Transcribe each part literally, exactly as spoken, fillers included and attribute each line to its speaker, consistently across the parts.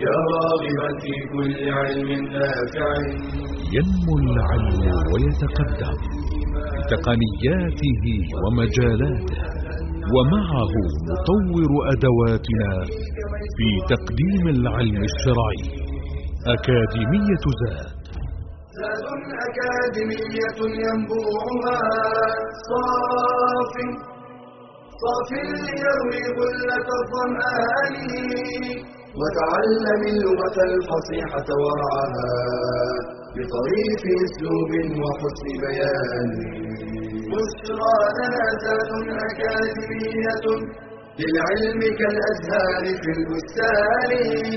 Speaker 1: يا راغبا في كل علم نافع.
Speaker 2: ينمو العلم ويتقدم بتقنياته ومجالاته، ومعه نطور أدواتنا في تقديم العلم الشرعي. أكاديمية زاد
Speaker 1: زاد أكاديمية ينبوعها صاف صاف ليروي غلة الظمآن، وتعلم اللغة الفصيحة ورعاها بطريف أسلوب وحسن بيان. بشرى لنا زاد أكاديمية للعلم كالأزهار في البستان.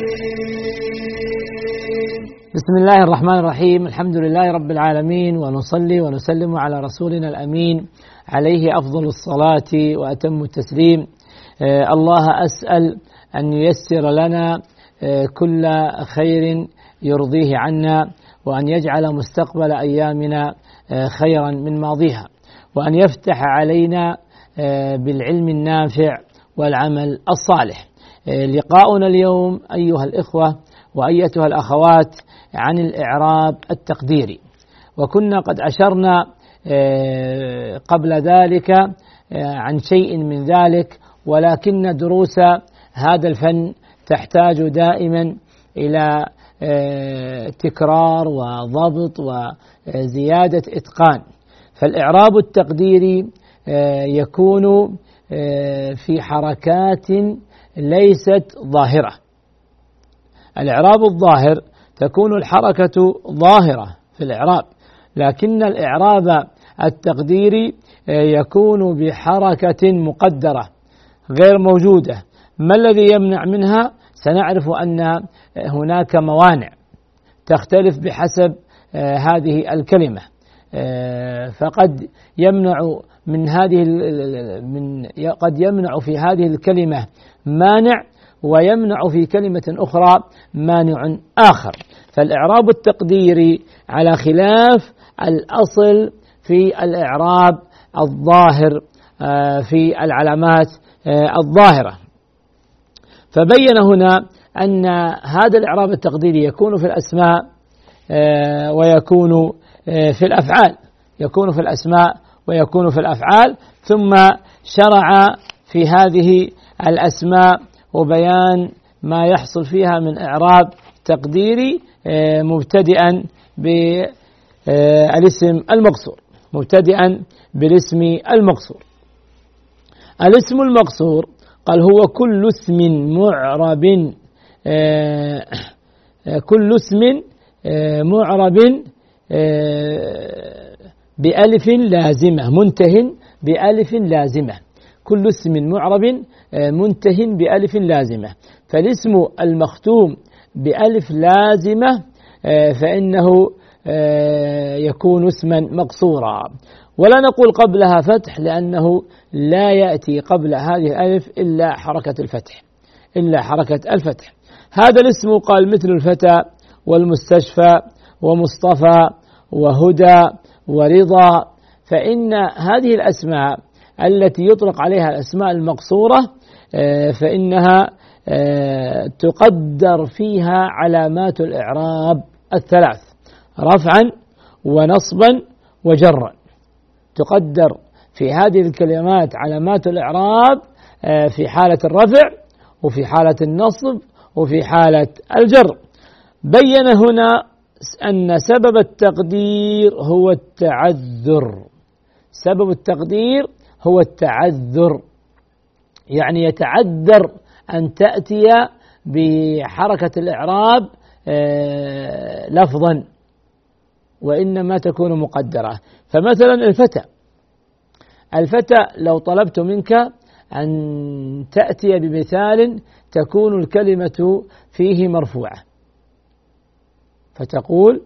Speaker 3: بسم الله الرحمن الرحيم، الحمد لله رب العالمين، ونصلي ونسلم على رسولنا الأمين عليه أفضل الصلاة وأتم التسليم. آه الله أسأل أن ييسر لنا آه كل خير يرضيه عنا، وأن يجعل مستقبل أيامنا آه خيرا من ماضيها، وأن يفتح علينا آه بالعلم النافع والعمل الصالح. آه لقاؤنا اليوم أيها الإخوة وأيتها الأخوات عن الإعراب التقديري، وكنا قد أشرنا قبل ذلك عن شيء من ذلك، ولكن دروس هذا الفن تحتاج دائما إلى تكرار وضبط وزيادة إتقان. فالإعراب التقديري يكون في حركات ليست ظاهرة. الإعراب الظاهر تكون الحركة ظاهرة في الإعراب، لكن الإعراب التقديري يكون بحركة مقدرة غير موجودة. ما الذي يمنع منها؟ سنعرف أن هناك موانع تختلف بحسب هذه الكلمة، فقد يمنع من هذه من قد يمنع في هذه الكلمة مانع، ويمنع في كلمة أخرى مانع آخر. فالإعراب التقديري على خلاف الأصل في الإعراب الظاهر في العلامات الظاهرة. فبين هنا أن هذا الإعراب التقديري يكون في الأسماء ويكون في الأفعال، يكون في الأسماء ويكون في الأفعال. ثم شرع في هذه الأسماء وبيان ما يحصل فيها من إعراب تقديري، مبتدئا بالاسم المقصور مبتدئا بالاسم المقصور. الاسم المقصور قال هو كل اسم معرب كل اسم معرب بألف لازمة منته بألف لازمة كل اسم معرب منته بألف لازمة. فالاسم المختوم بألف لازمة فإنه يكون اسما مقصورا، ولا نقول قبلها فتح، لأنه لا يأتي قبل هذه الألف إلا حركة الفتح إلا حركة الفتح. هذا الاسم قال مثل الفتى والمستشفى ومصطفى وهدى ورضا. فإن هذه الأسماء التي يطلق عليها الأسماء المقصورة فإنها تقدر فيها علامات الإعراب الثلاث: رفعا ونصبا وجرا. تقدر في هذه الكلمات علامات الإعراب في حالة الرفع وفي حالة النصب وفي حالة الجر. بين هنا أن سبب التقدير هو التعذر. سبب التقدير هو التعذر، يعني يتعذر أن تأتي بحركة الإعراب لفظا، وإنما تكون مقدرة. فمثلا الفتى الفتى لو طلبت منك أن تأتي بمثال تكون الكلمة فيه مرفوعة، فتقول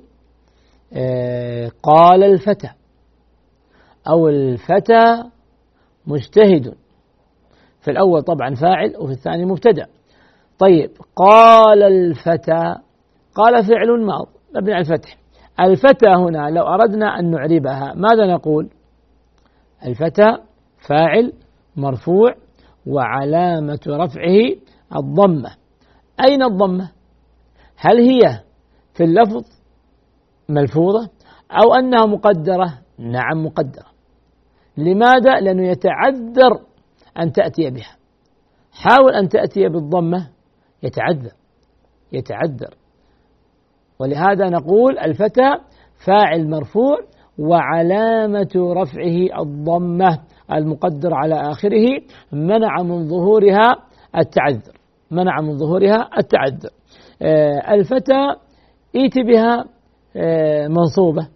Speaker 3: قال الفتى، أو الفتى مجتهد. في الأول طبعا فاعل وفي الثاني مبتدأ. طيب قال الفتى، قال فعل ماض مبني على الفتح. الفتى هنا لو أردنا أن نعربها ماذا نقول؟ الفتى فاعل مرفوع وعلامة رفعه الضمة. أين الضمة؟ هل هي في اللفظ ملفوظة أو أنها مقدرة؟ نعم مقدرة. لماذا؟ لأنه يتعذر أن تأتي بها. حاول أن تأتي بالضمة يتعذر يتعذر ولهذا نقول الفتى فاعل مرفوع وعلامة رفعه الضمة المقدر على آخره منع من ظهورها التعذر منع من ظهورها التعذر. آه الفتى ائت بها آه منصوبة،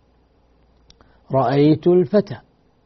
Speaker 3: رأيت الفتى،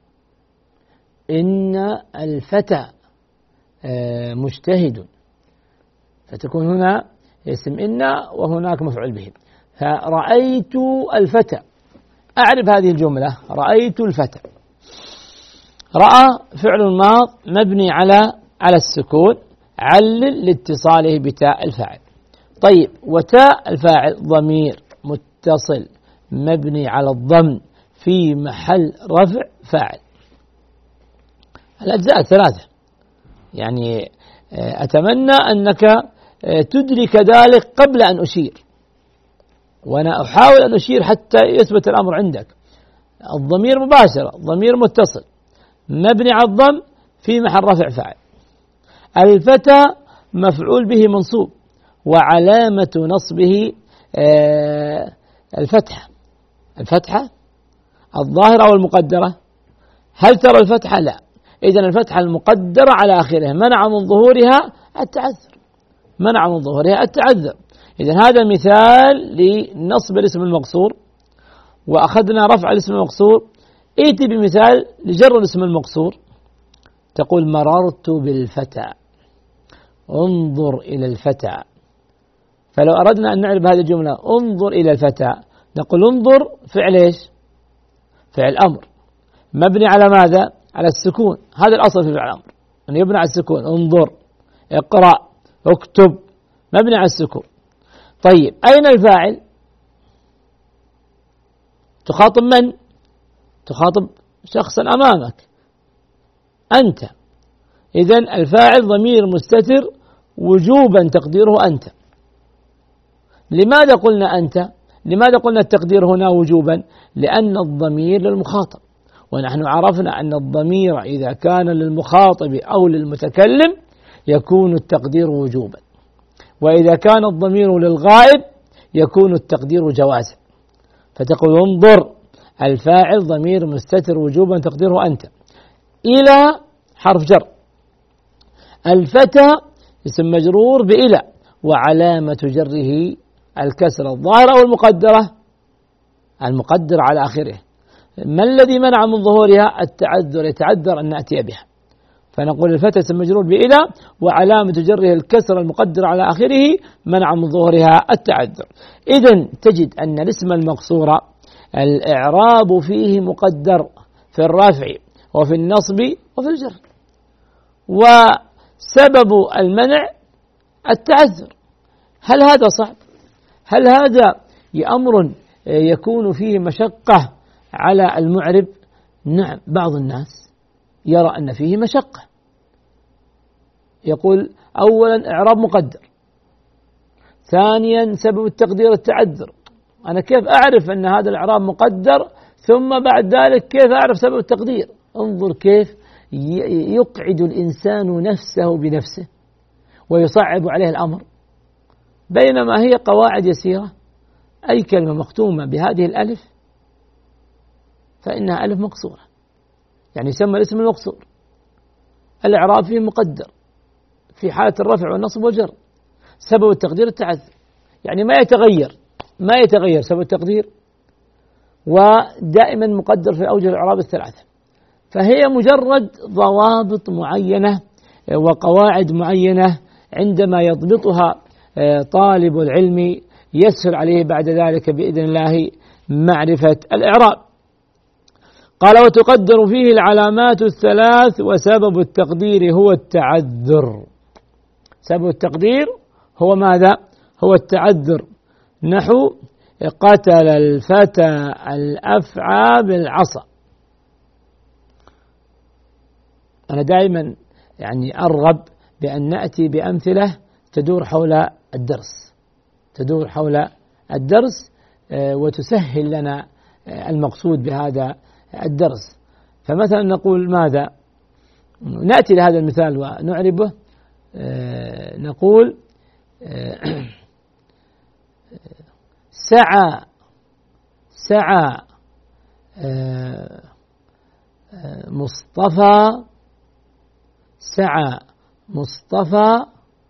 Speaker 3: إن الفتى آه مجتهد، فتكون هنا اسم إن وهناك مفعول به. فرأيت الفتى، أعرف هذه الجملة، رأيت الفتى. رأى فعل ماض مبني على على السكون، علل لاتصاله بتاء الفاعل. طيب، وتاء الفاعل ضمير متصل مبني على الضم في محل رفع فاعل. الأجزاء ثلاثة، يعني أتمنى أنك تدرك ذلك قبل أن أشير، وأنا أحاول أن أشير حتى يثبت الأمر عندك. الضمير مباشرة، ضمير متصل مبني على الضم في محل رفع فاعل. الفتى مفعول به منصوب وعلامة نصبه الفتحة الفتحة الظاهرة أو المقدرة. هل ترى الفتحة؟ لا. إذن الفتحة المقدرة على آخرها منع من ظهورها التعذر منع من ظهورها التعذر. إذن هذا مثال لنصب الاسم المقصور، وأخذنا رفع الاسم المقصور. ائتي بمثال لجر الاسم المقصور، تقول مررت بالفتى، انظر إلى الفتى. فلو أردنا أن نعرف هذه الجملة انظر إلى الفتى، نقول انظر فعل إيش؟ فعل أمر مبني على ماذا؟ على السكون. هذا الأصل في فعل الأمر أن يبنى على السكون. انظر، اقرأ، اكتب، مبني على السكون. طيب، أين الفاعل؟ تخاطب من؟ تخاطب شخصا أمامك، أنت. إذن الفاعل ضمير مستتر وجوبا تقديره أنت. لماذا قلنا أنت؟ لماذا قلنا التقدير هنا وجوبا؟ لأن الضمير للمخاطب، ونحن عرفنا أن الضمير إذا كان للمخاطب أو للمتكلم يكون التقدير وجوبا، وإذا كان الضمير للغائب يكون التقدير جوازا. فتقول انظر، الفاعل ضمير مستتر وجوبا تقديره أنت. إلى حرف جر. الفتى اسم مجرور بإلى، وعلامة جره الكسرة الظاهرة أو المقدرة؟ المقدر على آخره. ما الذي منع من ظهورها؟ التعذر، يتعذر أن نأتي بها. فنقول الفتى اسم مجرور بإلى وعلامة جره الكسرة المقدرة على آخره منع من ظهورها التعذر. إذن تجد أن الاسم المقصور الإعراب فيه مقدر في الرفع وفي النصب وفي الجر، وسبب المنع التعذر. هل هذا صعب؟ هل هذا أمر يكون فيه مشقة على المعرب؟ نعم، بعض الناس يرى أن فيه مشقة، يقول أولا إعراب مقدر، ثانيا سبب التقدير التعذر. أنا كيف أعرف أن هذا الإعراب مقدر ثم بعد ذلك كيف أعرف سبب التقدير؟ انظر كيف يقعد الإنسان نفسه بنفسه ويصعب عليه الأمر، بينما هي قواعد يسيرة. أي كلمة مختومة بهذه الألف فإنها ألف مقصورة، يعني يسمى الاسم المقصور. الإعراب فيه مقدر في حالة الرفع والنصب والجر، سبب التقدير التعذر، يعني ما يتغير ما يتغير سبب التقدير، ودائما مقدر في أوجه الإعراب الثلاثة. فهي مجرد ضوابط معينة وقواعد معينة عندما يضبطها طالب العلم يسهل عليه بعد ذلك بإذن الله معرفة الإعراب. قال وتقدر فيه العلامات الثلاث وسبب التقدير هو التعذر. سبب التقدير هو ماذا؟ هو التعذر. نحو قتل الفتى الأفعى بالعصا. أنا دائما يعني أرغب بأن نأتي بأمثلة تدور حول الدرس تدور حول الدرس وتسهل لنا المقصود بهذا الدرس. فمثلا نقول ماذا؟ نأتي لهذا المثال ونعربه. نقول سعى سعى مصطفى سعى مصطفى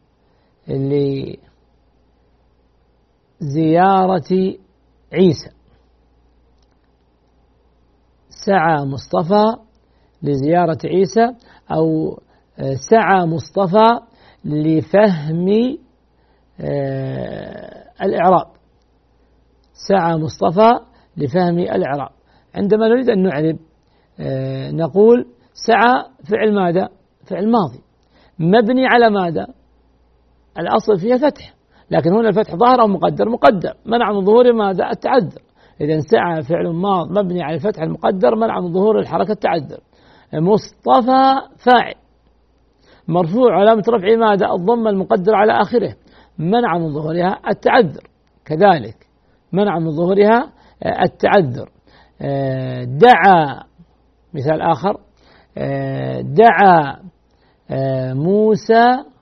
Speaker 3: لزيارة عيسى. سعى مصطفى لزيارة عيسى، أو سعى مصطفى لفهم الإعراب. سعى مصطفى لفهم الإعراب. عندما نريد أن نعرب نقول سعى فعل ماذا؟ فعل ماضي مبني على ماذا؟ الأصل فيها فتح، لكن هنا الفتح ظاهر أو مقدر؟ مقدر، منع من ظهور ماذا؟ التعذر. إذن سعى فعل ماض مبني على الفتح المقدر منع من ظهور الحركة التعذر. مصطفى فاعل مرفوع علامة رفعه ماذا؟ الضمة المقدرة على آخره منع من ظهورها التعذر، كذلك منع من ظهورها التعذر. دعا، مثال آخر، دعا موسى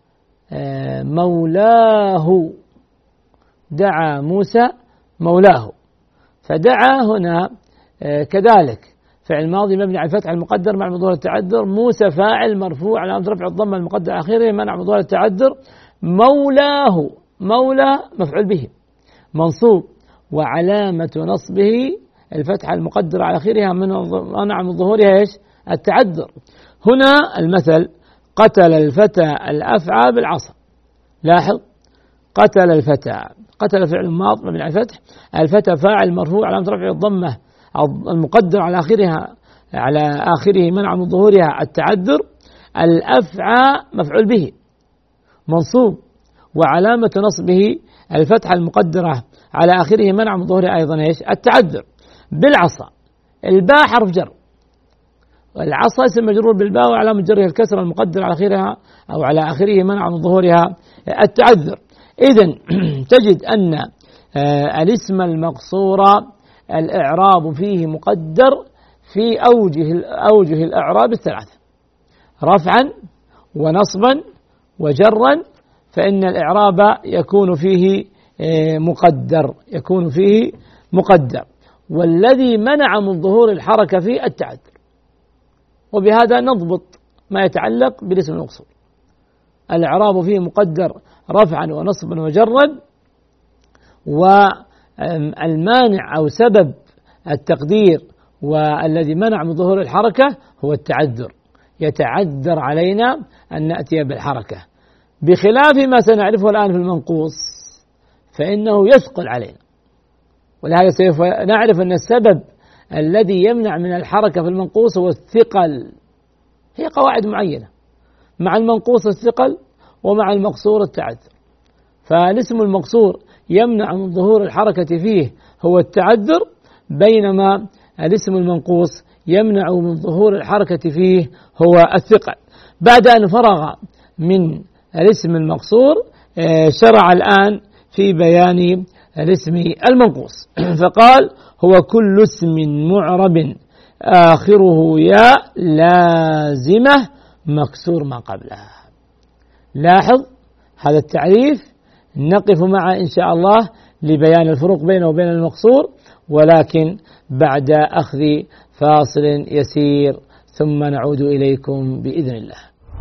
Speaker 3: مولاه. دعا موسى مولاه. فدعا هنا كذلك فعل ماضي مبني على الفتح المقدر مع ظهور التعذر. موسى فاعل مرفوع علامة رفع الضمة المقدرة على آخره منع من ظهور التعذر. مولاه، مولى مفعول به منصوب وعلامة نصبه الفتحة المقدرة على آخرها منع من ظهورها ايش؟ التعذر. هنا المثل قتل الفتى الأفعى بالعصا. لاحظ، قتل الفتى، قتل فعل ماض مبني على الفتح، الفتى فاعل مرفوع علامة رفع الضمة المقدر على آخرها على آخره منع من ظهورها التعذر. الأفعى مفعول به منصوب وعلامة نصبه الفتحة المقدرة على آخره منع من ظهورها أيضا ايش؟ التعذر. بالعصا، الباء حرف جر، والعصا اسم مجرور بالباء وعلامة جرها الكسرة المقدرة على آخرها أو على آخره منع من ظهورها التعذر. إذن تجد أن الاسم المقصور الإعراب فيه مقدر في أوجه أوجه الإعراب الثلاثة: رفعا ونصبا وجرا، فإن الإعراب يكون فيه مقدر يكون فيه مقدر والذي منع من ظهور الحركة فيه التعذر. وبهذا نضبط ما يتعلق بالاسم المقصور. الإعراب فيه مقدر رفعا ونصبا وجرا، والمانع أو سبب التقدير والذي منع من ظهور الحركة هو التعذر. يتعذر علينا أن نأتي بالحركة، بخلاف ما سنعرفه الآن في المنقوص فإنه يثقل علينا. ولهذا سوف نعرف أن السبب الذي يمنع من الحركة في المنقوص هو الثقل. هي قواعد معينة، مع المنقوص الثقل ومع المقصور التعذر. فالاسم المقصور يمنع من ظهور الحركة فيه هو التعذر، بينما الاسم المنقوص يمنع من ظهور الحركة فيه هو الثقل. بعد أن فرغ من الاسم المقصور شرع الآن في بيان الاسم المنقوص فقال: هو كل اسم معرب آخره ياء لازمة مكسور ما قبلها. لاحظ هذا التعريف، نقف معه إن شاء الله لبيان الفروق بينه وبين المقصور، ولكن بعد أخذ فاصل يسير ثم نعود إليكم بإذن الله.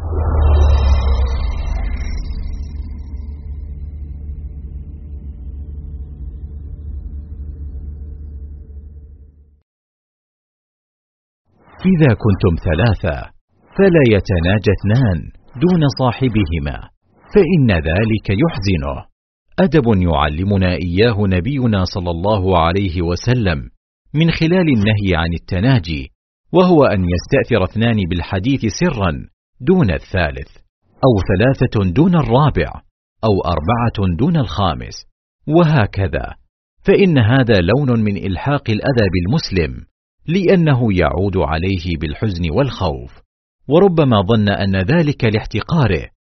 Speaker 4: إذا كنتم ثلاثة فلا يتناجى اثنان دون صاحبهما، فإن ذلك يحزنه. أدب يعلمنا إياه نبينا صلى الله عليه وسلم من خلال النهي عن التناجي، وهو أن يستأثر اثنان بالحديث سرا دون الثالث، أو ثلاثة دون الرابع، أو أربعة دون الخامس، وهكذا، فإن هذا لون من إلحاق الأذى بالمسلم، لأنه يعود عليه بالحزن والخوف، وربما ظن أن ذلك لاحتقاره،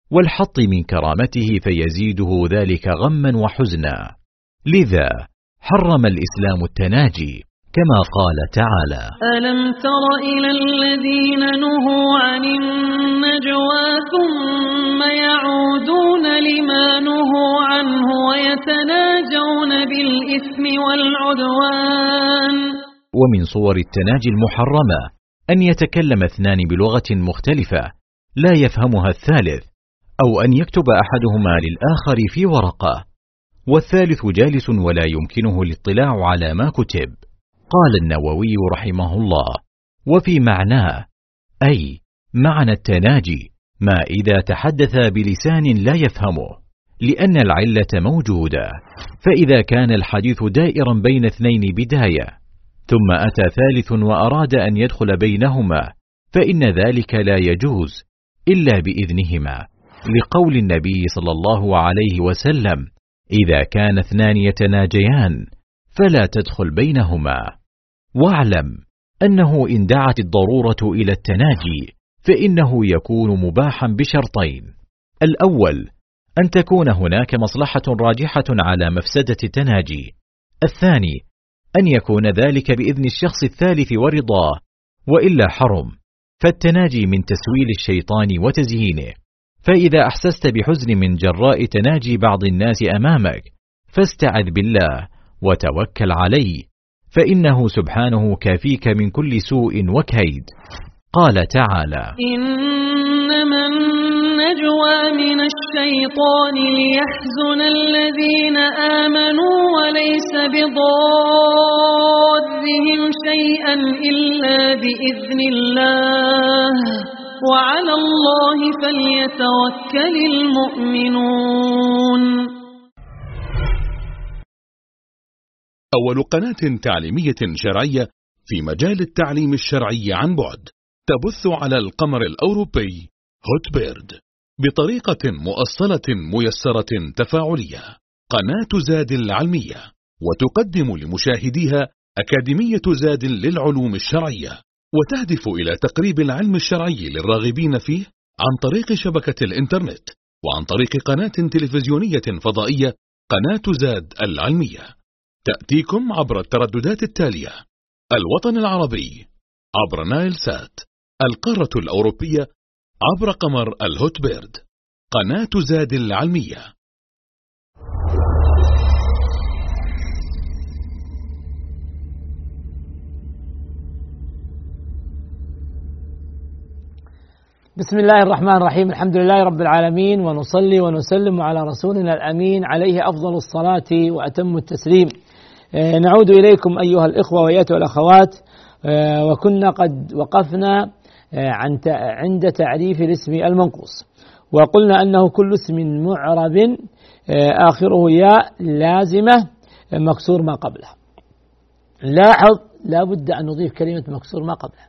Speaker 4: والحط من كرامته فيزيده ذلك غما وحزنا. لذا حرم الإسلام التناجي كما قال تعالى:
Speaker 5: ألم تر إلى الذين نهوا عن النجوى ثم يعودون لما نهوا عنه ويتناجون بالإثم والعدوان.
Speaker 4: ومن صور التناجي المحرمة أن يتكلم اثنان بلغة مختلفة لا يفهمها الثالث، أو أن يكتب أحدهما للآخر في ورقة والثالث جالس ولا يمكنه الاطلاع على ما كتب. قال النووي رحمه الله: وفي معناه، أي معنى التناجي ما إذا تحدث بلسان لا يفهمه، لأن العلة موجودة. فإذا كان الحديث دائرا بين اثنين بداية ثم أتى ثالث وأراد أن يدخل بينهما فإن ذلك لا يجوز إلا بإذنهما، لقول النبي صلى الله عليه وسلم: إذا كان اثنان يتناجيان فلا تدخل بينهما. واعلم أنه إن دعت الضرورة إلى التناجي فإنه يكون مباحا بشرطين: الأول أن تكون هناك مصلحة راجحة على مفسدة التناجي، الثاني أن يكون ذلك بإذن الشخص الثالث ورضاه، وإلا حرم، فالتناجي من تسويل الشيطان وتزيينه. فإذا أحسست بحزن من جراء تناجي بعض الناس أمامك فاستعذ بالله وتوكل عليه، فإنه سبحانه كافيك من كل سوء وكيد. قال تعالى:
Speaker 5: إنما النجوى من الشيطان ليحزن الذين آمنوا وليس بضارهم شيئا إلا بإذن الله وعلى الله فليتوكل المؤمنون.
Speaker 2: أول قناة تعليمية شرعية في مجال التعليم الشرعي عن بعد تبث على القمر الأوروبي هوت بيرد بطريقة مؤصلة ميسرة تفاعلية، قناة زاد العلمية، وتقدم لمشاهديها أكاديمية زاد للعلوم الشرعية، وتهدف إلى تقريب العلم الشرعي للراغبين فيه عن طريق شبكة الإنترنت وعن طريق قناة تلفزيونية فضائية، قناة زاد العلمية، تأتيكم عبر الترددات التالية: الوطن العربي عبر نايل سات، القارة الأوروبية عبر قمر الهوت بيرد، قناة زاد العلمية.
Speaker 3: بسم الله الرحمن الرحيم، الحمد لله رب العالمين، ونصلي ونسلم على رسولنا الأمين عليه أفضل الصلاة وأتم التسليم. نعود إليكم أيها الإخوة وأيتها الأخوات، وكنا قد وقفنا عند تعريف الاسم المنقوص، وقلنا أنه كل اسم معرب آخره ياء لازمة مكسور ما قبله. لاحظ لا بد أن نضيف كلمة مكسور ما قبله،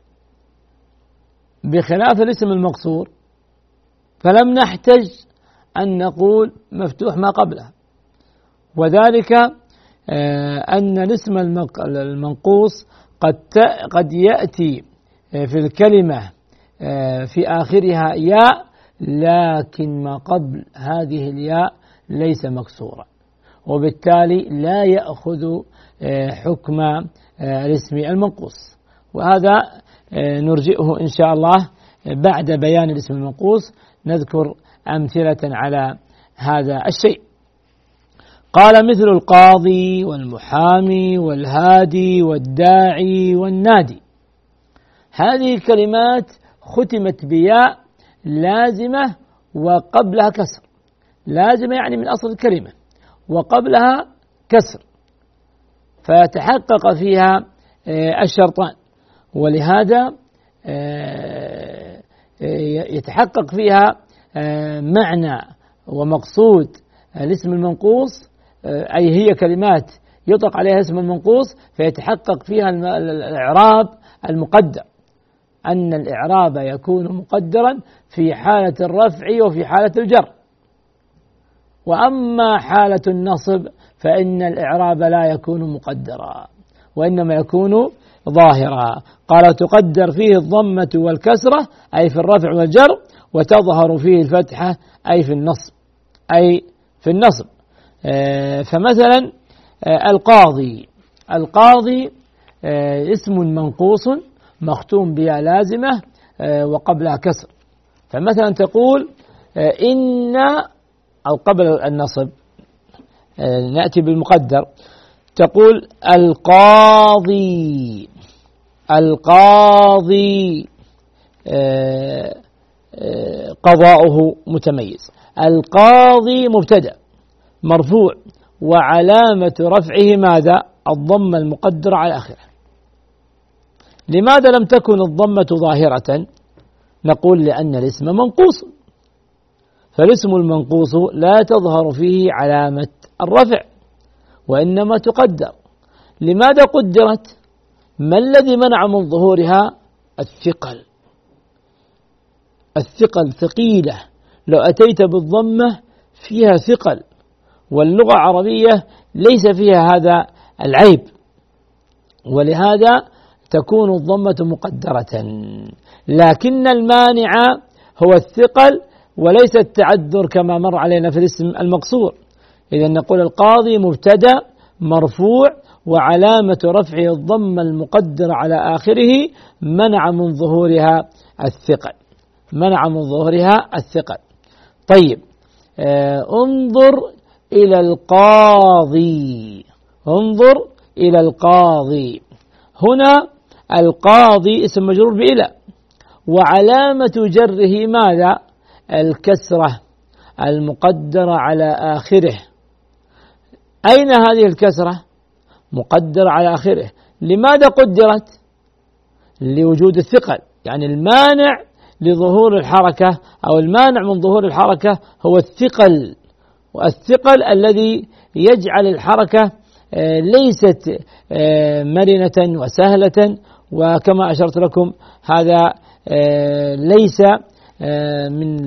Speaker 3: بخلاف الاسم المقصور فلم نحتج أن نقول مفتوح ما قبله، وذلك أن الاسم المنقوص قد قد يأتي في الكلمة في آخرها ياء، لكن ما قبل هذه الياء ليس مكسورا، وبالتالي لا يأخذ حكم الاسم المنقوص، وهذا نرجئه إن شاء الله بعد بيان الاسم المنقوص، نذكر أمثلة على هذا الشيء. قال: مثل القاضي والمحامي والهادي والداعي والنادي. هذه كلمات ختمت بياء لازمة وقبلها كسر، لازمة يعني من أصل الكلمة، وقبلها كسر، فتحقق فيها الشرطان، ولهذا يتحقق فيها معنى ومقصود الاسم المنقوص، أي هي كلمات يطلق عليها اسم المنقوص، فيتحقق فيها الإعراب المقدر، أن الإعراب يكون مقدرا في حالة الرفع وفي حالة الجر، وأما حالة النصب فإن الإعراب لا يكون مقدرا وإنما يكون ظاهرا. قال: تقدر فيه الضمة والكسرة، أي في الرفع والجر، وتظهر فيه الفتحة أي في النصب أي في النصب. فمثلا القاضي القاضي اسم منقوص مختوم بها لازمة وقبلها كسر. فمثلا تقول إن أو قبل النصب نأتي بالمقدر، تقول القاضي القاضي قضاؤه متميز. القاضي مبتدأ مرفوع وعلامة رفعه ماذا؟ الضمة المقدرة على آخره. لماذا لم تكن الضمة ظاهرة؟ نقول لأن الاسم منقوص، فالاسم المنقوص لا تظهر فيه علامة الرفع وإنما تقدر. لماذا قدرت؟ ما الذي منع من ظهورها؟ الثقل. الثقل ثقيلة، لو أتيت بالضمة فيها ثقل، واللغة العربية ليس فيها هذا العيب، ولهذا تكون الضمة مقدرة. لكن المانع هو الثقل وليس التعذر كما مر علينا في الاسم المقصور. إذا نقول القاضي مبتدأ مرفوع وعلامة رفعه الضمة المقدرة على آخره منع من ظهورها الثقل منع من ظهورها الثقل. طيب آه انظر إلى القاضي انظر إلى القاضي هنا القاضي اسم مجرور بإلى، وعلامة جره ماذا؟ الكسرة المقدرة على آخره. أين هذه الكسرة؟ مقدرة على آخره. لماذا قدرت؟ لوجود الثقل، يعني المانع لظهور الحركة أو المانع من ظهور الحركة هو الثقل، والثقل الذي يجعل الحركة ليست مرنة وسهلة. وكما أشرت لكم هذا ليس من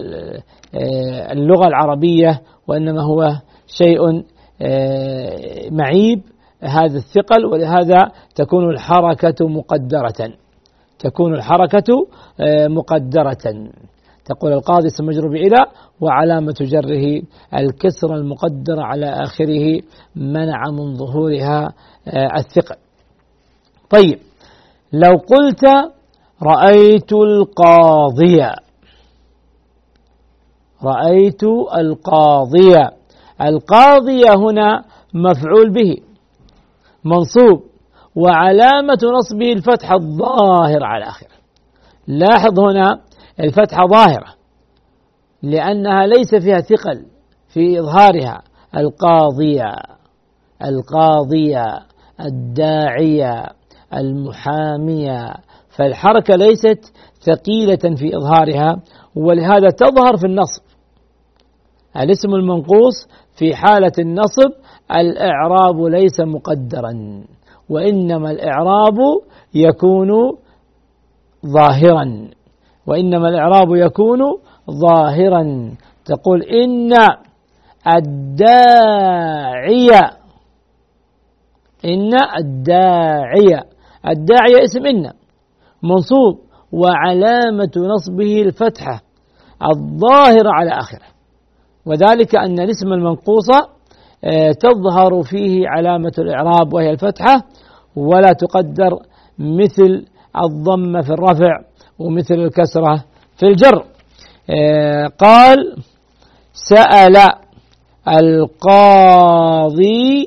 Speaker 3: اللغة العربية، وإنما هو شيء معيب هذا الثقل، ولهذا تكون الحركة مقدرة تكون الحركة مقدرة. تقول القاضي اسم مجرور بإلى وعلامة جره الكسر المقدر على آخره منع من ظهورها الثقل. طيب لو قلت رأيت القاضية رأيت القاضية القاضية هنا مفعول به منصوب وعلامة نصبه الفتحة الظاهرة على آخره. لاحظ هنا الفتحة ظاهرة لأنها ليس فيها ثقل في إظهارها. القاضية القاضية الداعية المحامية، فالحركة ليست ثقيلة في إظهارها، ولهذا تظهر في النصب. الاسم المنقوص في حالة النصب الإعراب ليس مقدرا، وإنما الإعراب يكون ظاهرا وإنما الإعراب يكون ظاهرا. تقول إن الداعية إن الداعية الداعية اسم إن منصوب وعلامة نصبه الفتحة الظاهرة على آخره، وذلك أن الاسم المنقوص تظهر فيه علامة الإعراب وهي الفتحة، ولا تقدر مثل الضمة في الرفع ومثل الكسرة في الجر. قال سأل القاضي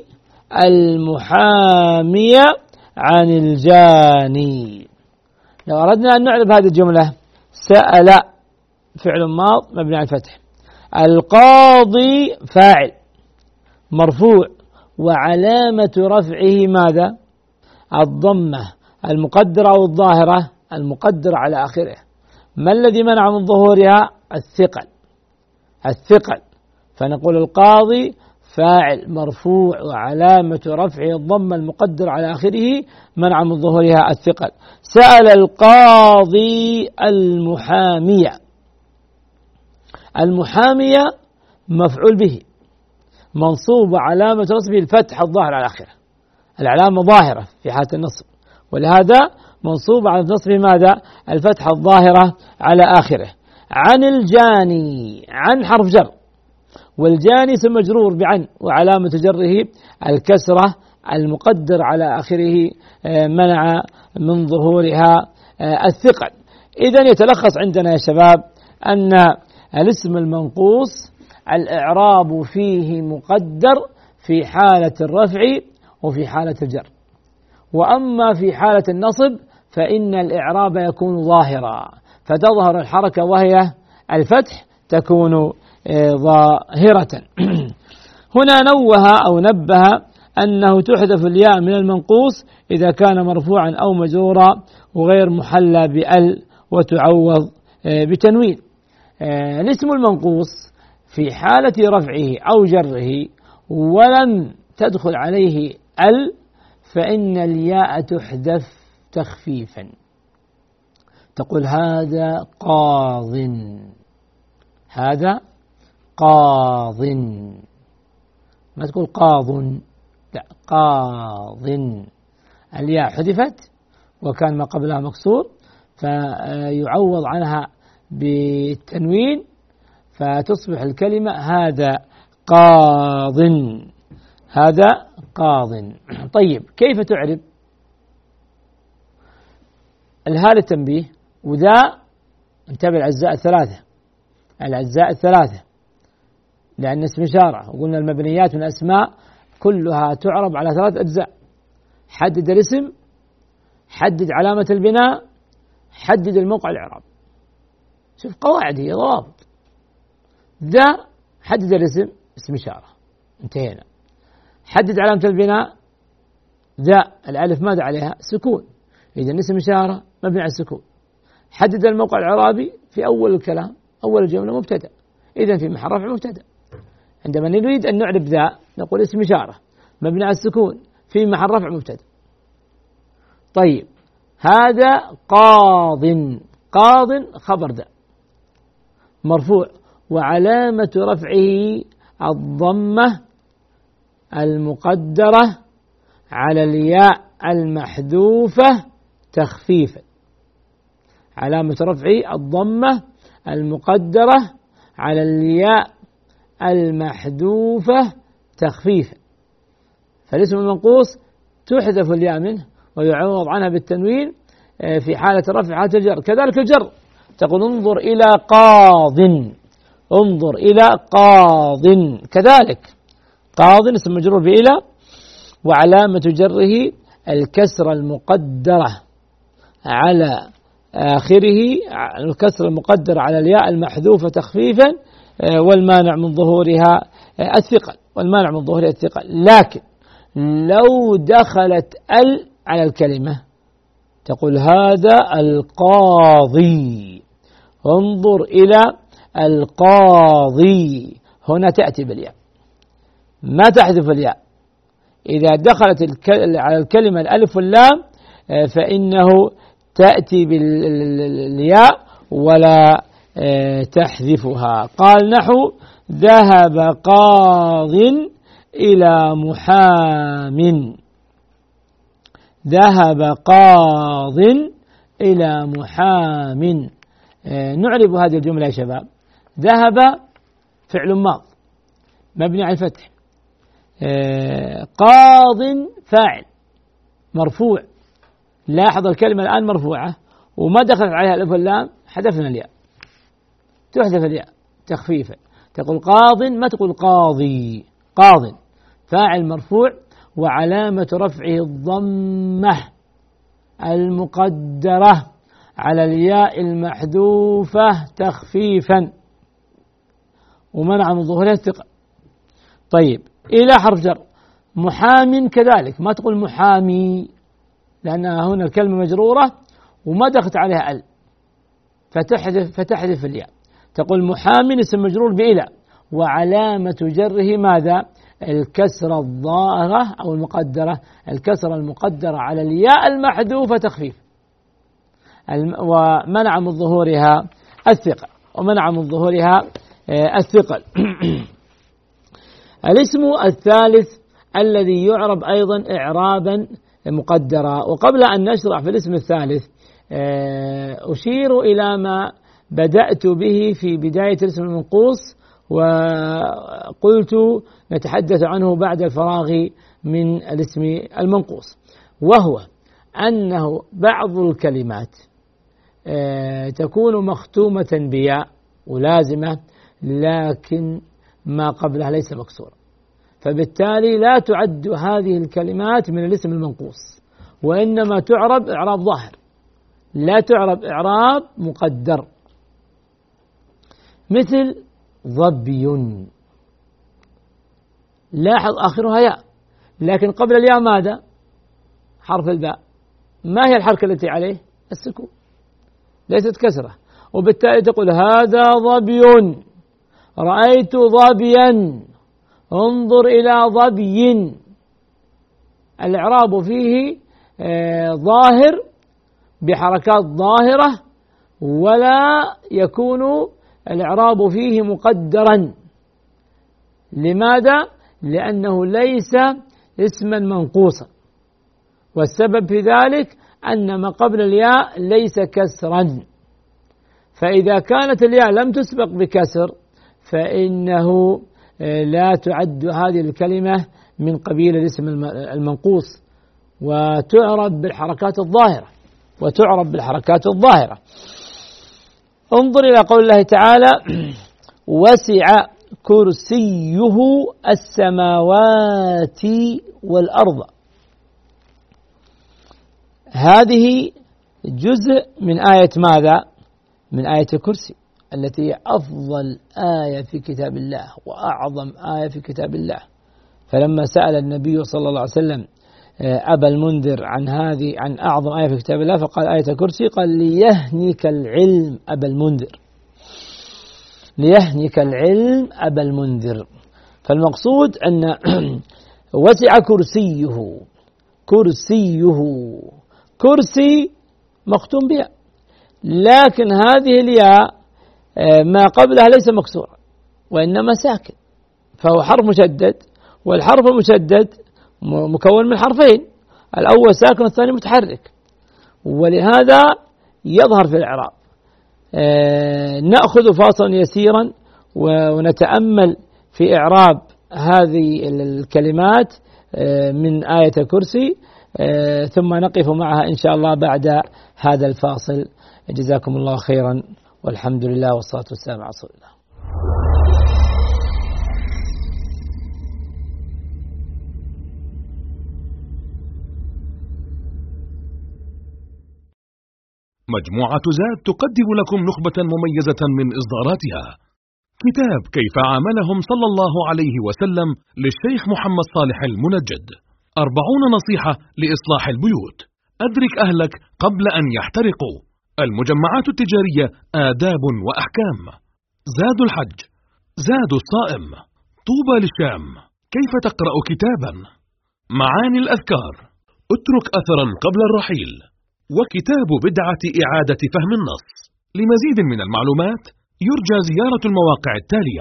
Speaker 3: المحامي عن الجاني. لو أردنا أن نعرف هذه الجملة، سأل فعل ماض مبني على الفتح، القاضي فاعل مرفوع وعلامة رفعه ماذا؟ الضمة المقدرة أو الظاهرة؟ المقدرة على آخره. ما الذي منع من ظهورها؟ الثقل الثقل فنقول القاضي فاعل مرفوع وعلامة رفعه الضمة المقدرة على آخره منع من ظهورها الثقل. سأل القاضي المحامية المحامية مفعول به منصوب وعلامة نصبه الفتح الظاهر على آخره. العلامة ظاهرة في حالة النصب، ولهذا منصوب على نصبه ماذا؟ الفتحة الظاهرة على آخره. عن الجاني، عن حرف جر، والجاني اسم مجرور بعن وعلامة جره الكسرة المقدر على آخره منع من ظهورها الثقل. إذن يتلخص عندنا يا شباب أن الاسم المنقوص الإعراب فيه مقدر في حالة الرفع وفي حالة الجر، وأما في حالة النصب فإن الإعراب يكون ظاهرا، فتظهر الحركة وهي الفتح تكون ظاهرة. هنا نوه أو نبه أنه تحذف الياء من المنقوص إذا كان مرفوعا أو مجرورا وغير محلى بأل وتعوض بتنوين. الاسم المنقوص في حالة رفعه أو جره ولم تدخل عليه ال فإن الياء تحذف تخفيفا، تقول هذا قاض، هذا قاض، ما تقول قاض، لا قاض، الياء حذفت وكان ما قبلها مكسور فيعوض عنها بالتنوين فتصبح الكلمة هذا قاض، هذا قاض. طيب كيف تعرب؟ الهاء للتنبيه، وذا انتبه الأجزاء الثلاثة، الأجزاء الثلاثة لأن اسم إشارة، وقلنا المبنيات من الأسماء كلها تعرب على ثلاث أجزاء، حدد الاسم، حدد علامة البناء، حدد الموقع الإعراب. شوف قواعد، هي ضوابط. ذا حدد الاسم، اسم إشارة، انتهينا. حدد علامة البناء، ذا الألف ماذا عليها؟ سكون، إذا اسم إشارة مبني على السكون. حدد الموقع الإعرابي في أول الكلام، أول الجملة مبتدأ، إذا في محل رفع مبتدأ. عندما نريد أن نعرب ذا نقول اسم إشارة مبني على السكون في محل رفع مبتدأ. طيب هذا قاض، قاض خبر ذا مرفوع وعلامة رفعه الضمة المقدرة على الياء المحذوفة تخفيفا، علامة رفعه الضمة المقدرة على الياء المحذوفة تخفيفا. فالاسم المنقوص تحذف الياء منه ويعوض عنها بالتنوين في حالة الرفع حالة الجر. كذلك الجر تقول انظر إلى قاض، انظر إلى قاض، كذلك قاض اسم مجرور بإلى وعلامة جره الكسرة المقدرة على آخره، الكسرة المقدرة على الياء المحذوفة تخفيفا، والمانع من ظهورها الثقل، والمانع من ظهورها الثقل. لكن لو دخلت ال على الكلمة تقول هذا القاضي، انظر إلى القاضي، هنا تأتي بالياء ما تحذف الياء. إذا دخلت على الكلمة الألف واللام فإنه تأتي بالياء ولا تحذفها. قال نحو ذهب قاض إلى محام، ذهب قاض إلى محام. نعرب هذه الجملة يا شباب. ذهب فعل ماض مبني على الفتح، قاض فاعل مرفوع، لاحظ الكلمة الآن مرفوعة وما دخلت عليها الألف واللام، حذفنا الياء، تحذف الياء تخفيفا، تقول قاض ما تقول قاضي. قاض فاعل مرفوع وعلامة رفعه الضمة المقدرة على الياء المحذوفة تخفيفا ومنع من ظهورها الثقل. طيب إلى حرف جر، محام كذلك ما تقول محامي لأنها هنا الكلمة مجرورة وما دخلت عليها ال فتحذف فتحذف الياء، تقول محام اسم مجرور بإلى وعلامة جره ماذا؟ الكسرة الظاهرة أو المقدرة، الكسرة المقدرة على الياء المحذوفة تخفيف، ومنع من ظهورها الثقل، ومنع من ظهورها الثقل. الاسم الثالث الذي يعرب أيضا إعرابا مقدرا. وقبل أن نشرح في الاسم الثالث أشير إلى ما بدأت به في بداية الاسم المنقوص، وقلت نتحدث عنه بعد الفراغ من الاسم المنقوص، وهو أنه بعض الكلمات تكون مختومة بياء ولازمة، لكن ما قبلها ليس مكسورا، فبالتالي لا تعد هذه الكلمات من الاسم المنقوص، وإنما تعرب إعراب ظاهر، لا تعرب إعراب مقدر. مثل ظبي، لاحظ آخرها ياء، لكن قبل الياء ماذا؟ حرف الباء. ما هي الحركة التي عليه؟ السكون، ليست كسرة، وبالتالي تقول هذا ظبي، رأيت ظبيا، انظر إلى ظبي. الإعراب فيه ظاهر بحركات ظاهرة، ولا يكون الإعراب فيه مقدرا. لماذا؟ لأنه ليس اسما منقوصا، والسبب في ذلك أن ما قبل الياء ليس كسرا، فإذا كانت الياء لم تسبق بكسر فإنه لا تعد هذه الكلمة من قبيل الاسم المنقوص، وتعرب بالحركات الظاهرة وتعرب بالحركات الظاهرة. انظر إلى قول الله تعالى وسع كرسيه السماوات والأرض. هذه جزء من آية ماذا؟ من آية الكرسي التي هي أفضل آية في كتاب الله وأعظم آية في كتاب الله. فلما سأل النبي صلى الله عليه وسلم أبا المنذر عن هذه عن أعظم آية في كتاب الله فقال آية الكرسي، قال ليهنك العلم أبا المنذر، ليهنك العلم أبا المنذر. فالمقصود أن وسع كرسيه، كرسيه كرسي مختوم بها، لكن هذه الياء ما قبلها ليس مكسورا وإنما ساكن، فهو حرف مشدد، والحرف المشدد مكون من حرفين، الأول ساكن والثاني متحرك، ولهذا يظهر في الإعراب. نأخذ فاصلا يسيرا ونتأمل في إعراب هذه الكلمات من آية الكرسي، ثم نقف معها إن شاء الله بعد هذا الفاصل. جزاكم الله خيرا، والحمد لله والصلاة والسلام على رسول الله.
Speaker 2: مجموعة زاد تقدم لكم نخبة مميزة من إصداراتها. كتاب كيف عاملهم صلى الله عليه وسلم للشيخ محمد صالح المنجد، أربعون نصيحة لإصلاح البيوت، أدرك أهلك قبل أن يحترقوا، المجمعات التجارية آداب وأحكام، زاد الحج، زاد الصائم، طوبى للشام، كيف تقرأ كتابا، معاني الأذكار، اترك أثرا قبل الرحيل، وكتاب بدعة إعادة فهم النص. لمزيد من المعلومات يرجى زيارة المواقع التالية: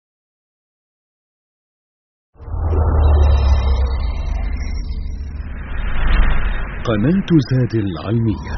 Speaker 2: قناة زاد العلمية.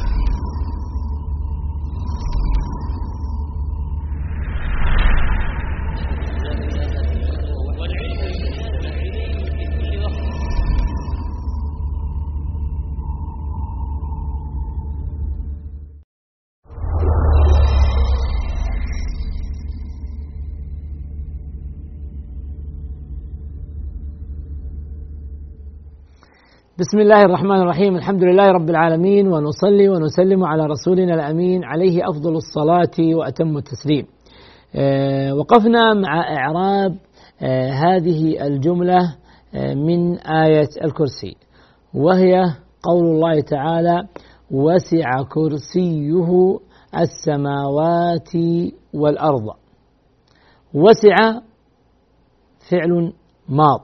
Speaker 3: بسم الله الرحمن الرحيم، الحمد لله رب العالمين، ونصلي ونسلم على رسولنا الأمين عليه أفضل الصلاة وأتم التسليم. آه وقفنا مع إعراب آه هذه الجملة آه من آية الكرسي، وهي قول الله تعالى وسع كرسيه السماوات والأرض. وسع فعل ماض،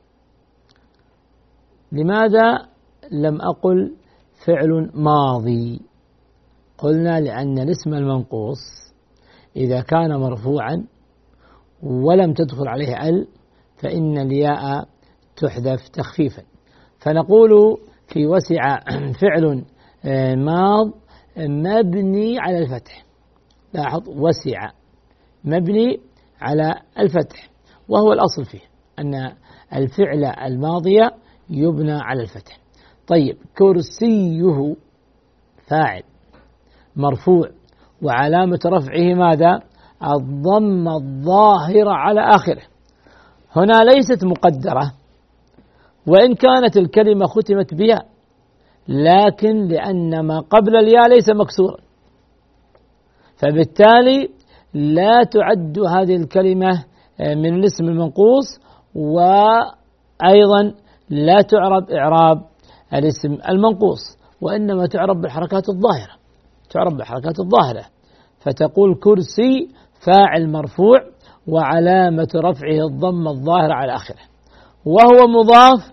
Speaker 3: لماذا لم أقل فعل ماضي؟ قلنا لأن الاسم المنقوص إذا كان مرفوعا ولم تدخل عليه ال فإن الياء تحذف تخفيفا، فنقول في وسع فعل ماض مبني على الفتح، لاحظ وسع مبني على الفتح، وهو الأصل فيه أن الفعل الماضي يبنى على الفتح. طيب كرسيه فاعل مرفوع وعلامة رفعه ماذا؟ الضم الظاهرة على آخره. هنا ليست مقدرة وإن كانت الكلمة ختمت بها، لكن لأن ما قبل الياء ليس مكسورا، فبالتالي لا تعد هذه الكلمة من الاسم المنقوص، وأيضا لا تعرب إعراب الاسم المنقوص، وإنما تعرب بالحركات الظاهرة، تعرب بالحركات الظاهرة. فتقول كرسي فاعل مرفوع وعلامة رفعه الضم الظاهر على آخره، وهو مضاف،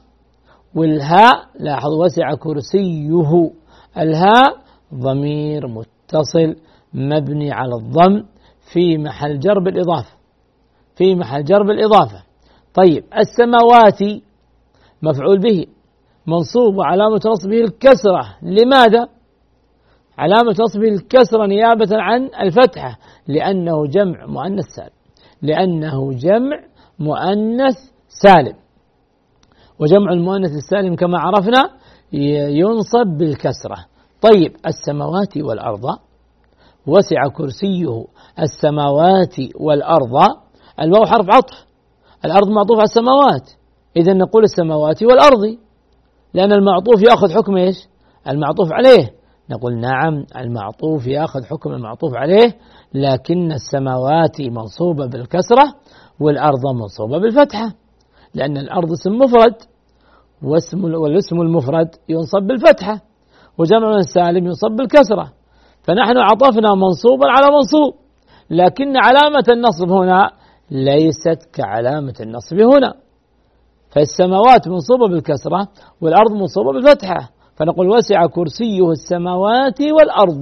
Speaker 3: والهاء لاحظ وسع كرسيه، الهاء ضمير متصل مبني على الضم في محل جر بالإضافة، في محل جر بالإضافة. طيب السماوات مفعول به منصوب وعلامة نصبه الكسرة، لماذا؟ علامة نصبه الكسرة نيابة عن الفتحة، لأنه جمع مؤنث سالم، لأنه جمع مؤنث سالم، وجمع المؤنث السالم كما عرفنا ينصب بالكسرة. طيب السماوات والأرض وسع كرسيه السماوات والأرض، الواو حرف عطف، الأرض معطوف على السماوات، إذا نقول السماوات والأرض، لأن المعطوف يأخذ حكم إيش؟ المعطوف عليه. نقول نعم المعطوف يأخذ حكم المعطوف عليه، لكن السماوات منصوبة بالكسرة والأرض منصوبة بالفتحة، لأن الأرض اسم مفرد واسم والاسم المفرد ينصب بالفتحة، وجمع السالم ينصب بالكسرة، فنحن عطفنا منصوبا على منصوب، لكن علامة النصب هنا ليست كعلامة النصب هنا، فالسماوات منصوبة بالكسرة والأرض منصوبة بالفتحة، فنقول وسع كرسيه السماوات والأرض.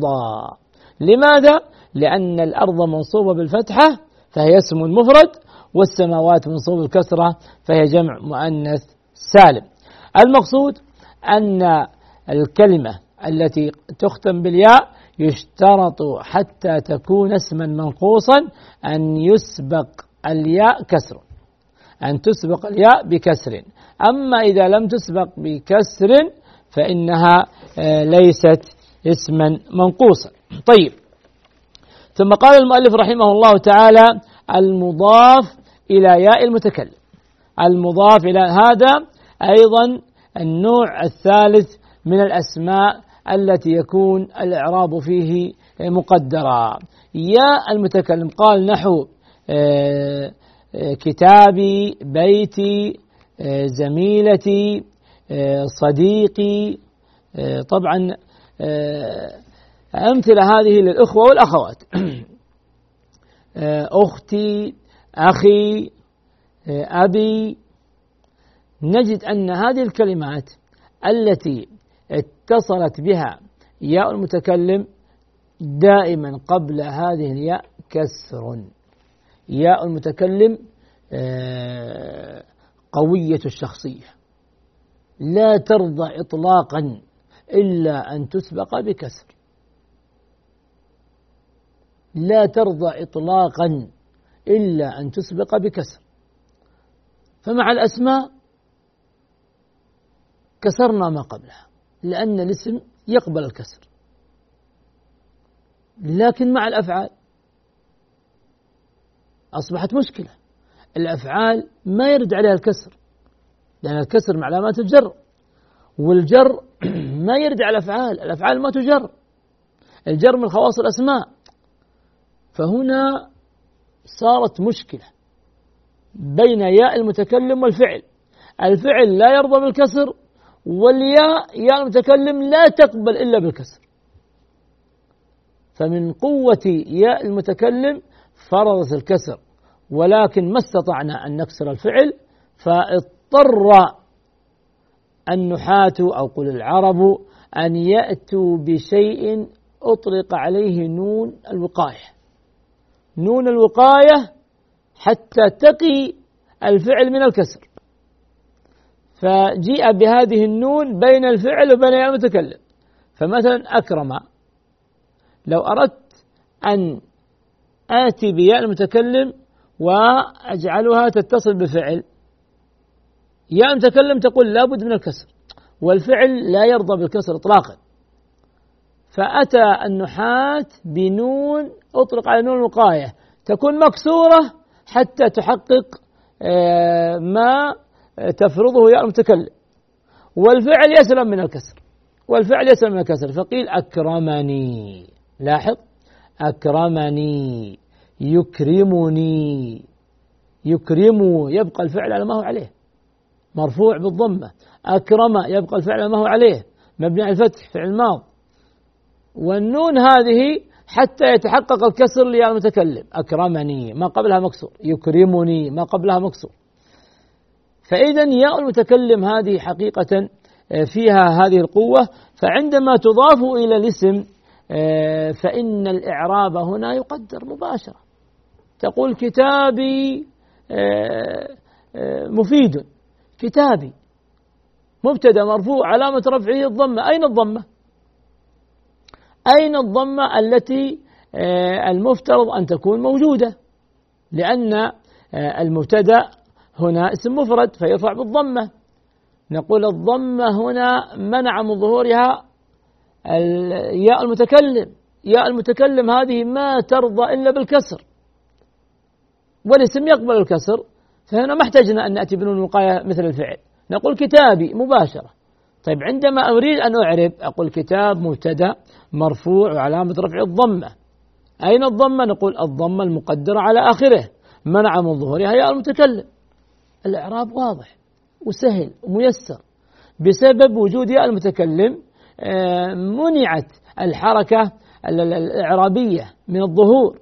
Speaker 3: لماذا؟ لأن الأرض منصوبة بالفتحة فهي اسم مفرد، والسماوات منصوبة بالكسرة فهي جمع مؤنث سالم. المقصود أن الكلمة التي تختم بالياء يشترط حتى تكون اسما منقوصا أن يسبق الياء كسر، أن تسبق الياء بكسر، أما إذا لم تسبق بكسر فإنها ليست اسما منقوصا. طيب ثم قال المؤلف رحمه الله تعالى المضاف إلى ياء المتكلم، المضاف إلى هذا أيضا النوع الثالث من الأسماء التي يكون الإعراب فيه مقدرا. ياء المتكلم قال نحو كتابي، بيتي، زميلتي، صديقي. طبعا أمثلة هذه للأخوة والأخوات، أختي، أخي، أبي. نجد أن هذه الكلمات التي اتصلت بها ياء المتكلم دائما قبل هذه الياء كسر. ياء المتكلم قوية الشخصية، لا ترضى إطلاقا إلا أن تسبق بكسر، لا ترضى إطلاقا إلا أن تسبق بكسر. فمع الأسماء كسرنا ما قبلها لأن الاسم يقبل الكسر، لكن مع الأفعال أصبحت مشكلة، الأفعال ما يرد عليها الكسر، لأن الكسر مع علامات الجر، والجر ما يرد على الأفعال، الأفعال ما تجر، الجر من خواص الأسماء. فهنا صارت مشكلة بين ياء المتكلم والفعل، الفعل لا يرضى بالكسر، والياء ياء المتكلم لا تقبل إلا بالكسر. فمن قوة ياء المتكلم فرضت الكسر، ولكن ما استطعنا أن نكسر الفعل، فاضطر النحاة أو قل العرب أن يأتوا بشيء أطلق عليه نون الوقاية، نون الوقاية حتى تقي الفعل من الكسر، فجيء بهذه النون بين الفعل وبين المتكلم. فمثلا أكرم، لو أردت أن آتي بياء المتكلم وأجعلها تتصل بفعل. ياء المتكلم تقول لابد من الكسر، والفعل لا يرضى بالكسر إطلاقا، فأتى النحاة بنون أطلق على نون الوقاية تكون مكسورة حتى تحقق ما تفرضه ياء المتكلم، والفعل يسلم من الكسر، والفعل يسلم من الكسر، فقيل أكرمني. لاحظ، أكرمني، يكرمني، يكرم يبقى الفعل على ما هو عليه مرفوع بالضمة، أكرم يبقى الفعل على ما هو عليه مبني على الفتح فعل ماض، والنون هذه حتى يتحقق الكسر لياء المتكلم. أكرمني ما قبلها مكسور، يكرمني ما قبلها مكسور. فإذا ياء المتكلم هذه حقيقة فيها هذه القوة، فعندما تضاف إلى الاسم فإن الإعراب هنا يقدر مباشرة. تقول كتابي مفيد، كتابي مبتدأ مرفوع علامة رفعه الضمة. أين الضمة؟ أين الضمة التي المفترض أن تكون موجودة؟ لأن المبتدأ هنا اسم مفرد فيرفع بالضمة. نقول الضمة هنا منع من ظهورها ياء المتكلم، ياء المتكلم هذه ما ترضى إلا بالكسر، والاسم يقبل الكسر، فهنا ما احتجنا أن نأتي بنون الوقاية مثل الفعل. نقول كتابي مباشرة. طيب عندما أريد أن أعرب أقول كتاب مبتدأ مرفوع وعلامة رفع الضمة. أين الضمة؟ نقول الضمة المقدرة على آخره منع من ظهورها ياء المتكلم. الإعراب واضح وسهل وميسر، بسبب وجود ياء المتكلم منعت الحركة الإعرابية من الظهور،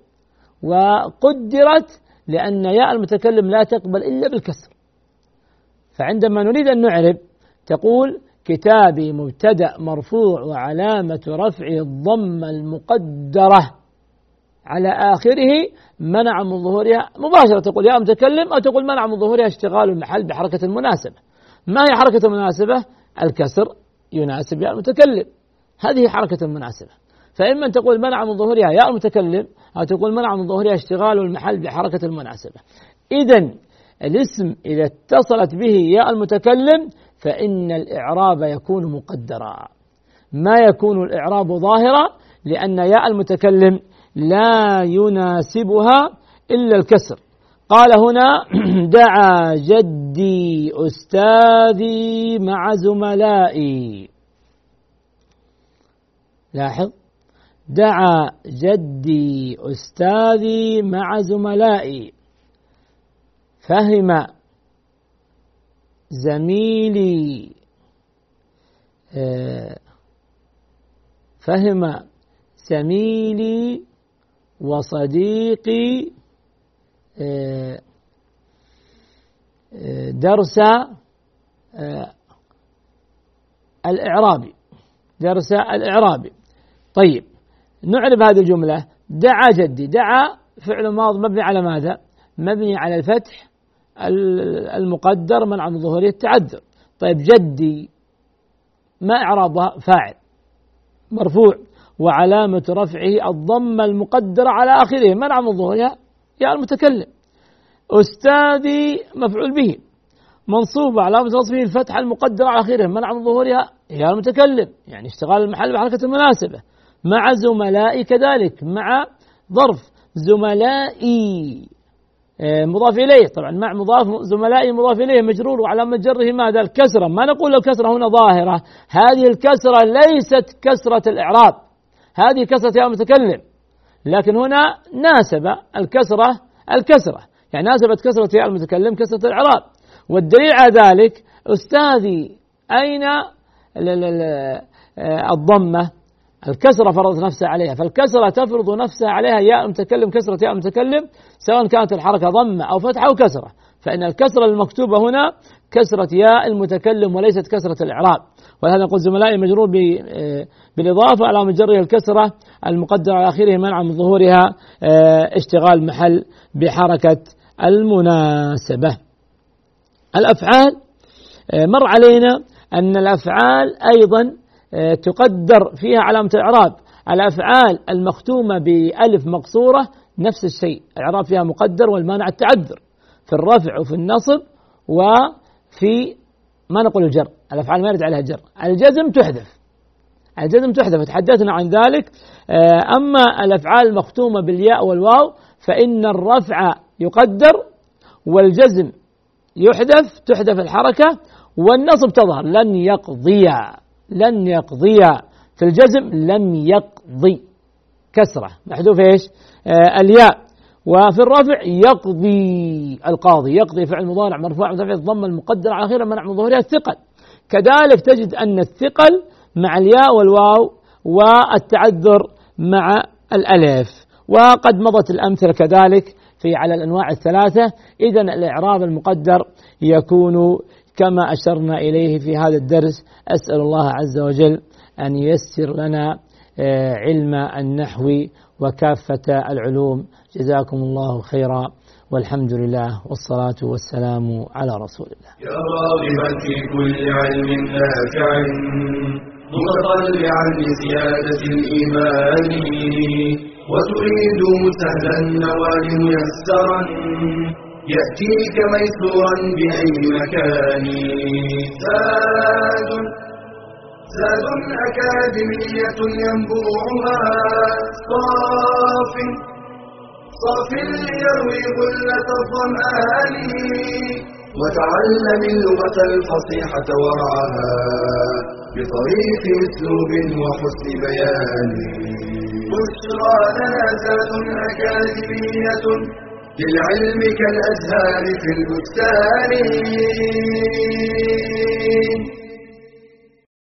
Speaker 3: وقدرت لأن ياء المتكلم لا تقبل إلا بالكسر. فعندما نريد أن نعرب تقول كتابي مبتدأ مرفوع وعلامة رفعه الضمة المقدرة على آخره منع من ظهورها مباشرة. تقول ياء متكلم أو تقول منع من ظهورها اشتغال المحل بحركة المناسبة. ما هي حركة المناسبة؟ الكسر يناسب ياء المتكلم، هذه حركة المناسبة. فإما أن تقول منع من ظهورها ياء المتكلم أو تقول منع من ظهورها اشتغال المحل بحركة المناسبة. إذن الاسم إذا اتصلت به ياء المتكلم فإن الإعراب يكون مقدرا، ما يكون الإعراب ظاهرا، لأن ياء المتكلم لا يناسبها إلا الكسر. قال هنا دعا جدي أستاذي مع زملائي. لاحظ، دعا جدي أستاذي مع زملائي. فهم زميلي فهم زميلي وصديقي درس الإعرابي درس الإعرابي. طيب نعرب هذه الجملة. دعا جدي، دعا فعل ماض مبني على ماذا؟ مبني على الفتح المقدر منع من ظهوره التعذر. طيب جدي ما إعرابها؟ فاعل مرفوع وعلامة رفعه الضمة المقدرة على آخره منع من ظهورها ياء المتكلم. أستاذي مفعول به منصوب علامة نصبه الفتحة المقدرة على آخره منع من ظهورها ياء المتكلم، يعني اشتغال المحل بحركة المناسبة. مع زملائي كذلك، مع ظرف زملائي مضاف إليه، طبعا مع مضاف زملائي مضاف إليه مجرور وعلامة جره ماذا؟ الكسرة. ما نقول الكسرة هنا ظاهرة، هذه الكسرة ليست كسرة الإعراب، هذه كسرة ياء المتكلم، لكن هنا ناسب الكسرة الكسرة، يعني ناسبت كسرة ياء المتكلم كسرة الإعراب. والدليل على ذلك أستاذي، أين الضمة؟ الكسرة فرضت نفسها عليها، فالكسرة تفرض نفسها عليها ياء المتكلم كسرة ياء المتكلم سواء كانت الحركة ضمة أو فتحة أو كسرة، فإن الكسرة المكتوبة هنا كسرة ياء المتكلم وليست كسرة الإعراب. ولهذا نقول زملائي مجرور بالإضافة على مجره الكسرة المقدرة على آخره منع من ظهورها اشتغال محل بحركة المناسبة. الأفعال مر علينا أن الأفعال أيضا تقدر فيها علامة الإعراب. الأفعال المختومة بألف مقصورة نفس الشيء، الإعراب فيها مقدر والمانع التعذر في الرفع وفي النصب وفي ما نقول الجر، الأفعال ما يرد عليها جر. الجزم تحذف، الجزم تحذف تحدثنا عن ذلك. أما الأفعال المختومة بالياء والواو فإن الرفع يقدر والجزم يحذف، تحذف الحركة، والنصب تظهر لن يقضي، لن يقضي في الجزم لم يقضي كسرة محذوف ايش؟ آه الياء. وفي الرفع يقضي القاضي، يقضي فعل مضارع مرفوع مرتفع الضمه المقدره على اخره منع من ظهورها الثقل. كذلك تجد ان الثقل مع الياء والواو والتعذر مع الالف. وقد مضت الامثله كذلك في على الانواع الثلاثه. اذا الاعراب المقدر يكون كما اشرنا اليه في هذا الدرس. اسال الله عز وجل ان ييسر لنا علم النحو وكافة العلوم. جزاكم الله خيرا والحمد لله والصلاة والسلام على رسول الله.
Speaker 1: يا راغبا في كل علم نافع متطلعا لزيادة الإيمان وتريد سهلا النوال ميسرا يأتيك ميسورا بأي مكان. زاد زاد أكاديمية ينبوعها صاف صاف ليروي غلة الظمآن وتعلم اللغة الفصيحة ورعاها بطريق أسلوب وحسن بيان. بشرى لنا زاد أكاديمية للعلم كالأزهار في البستان.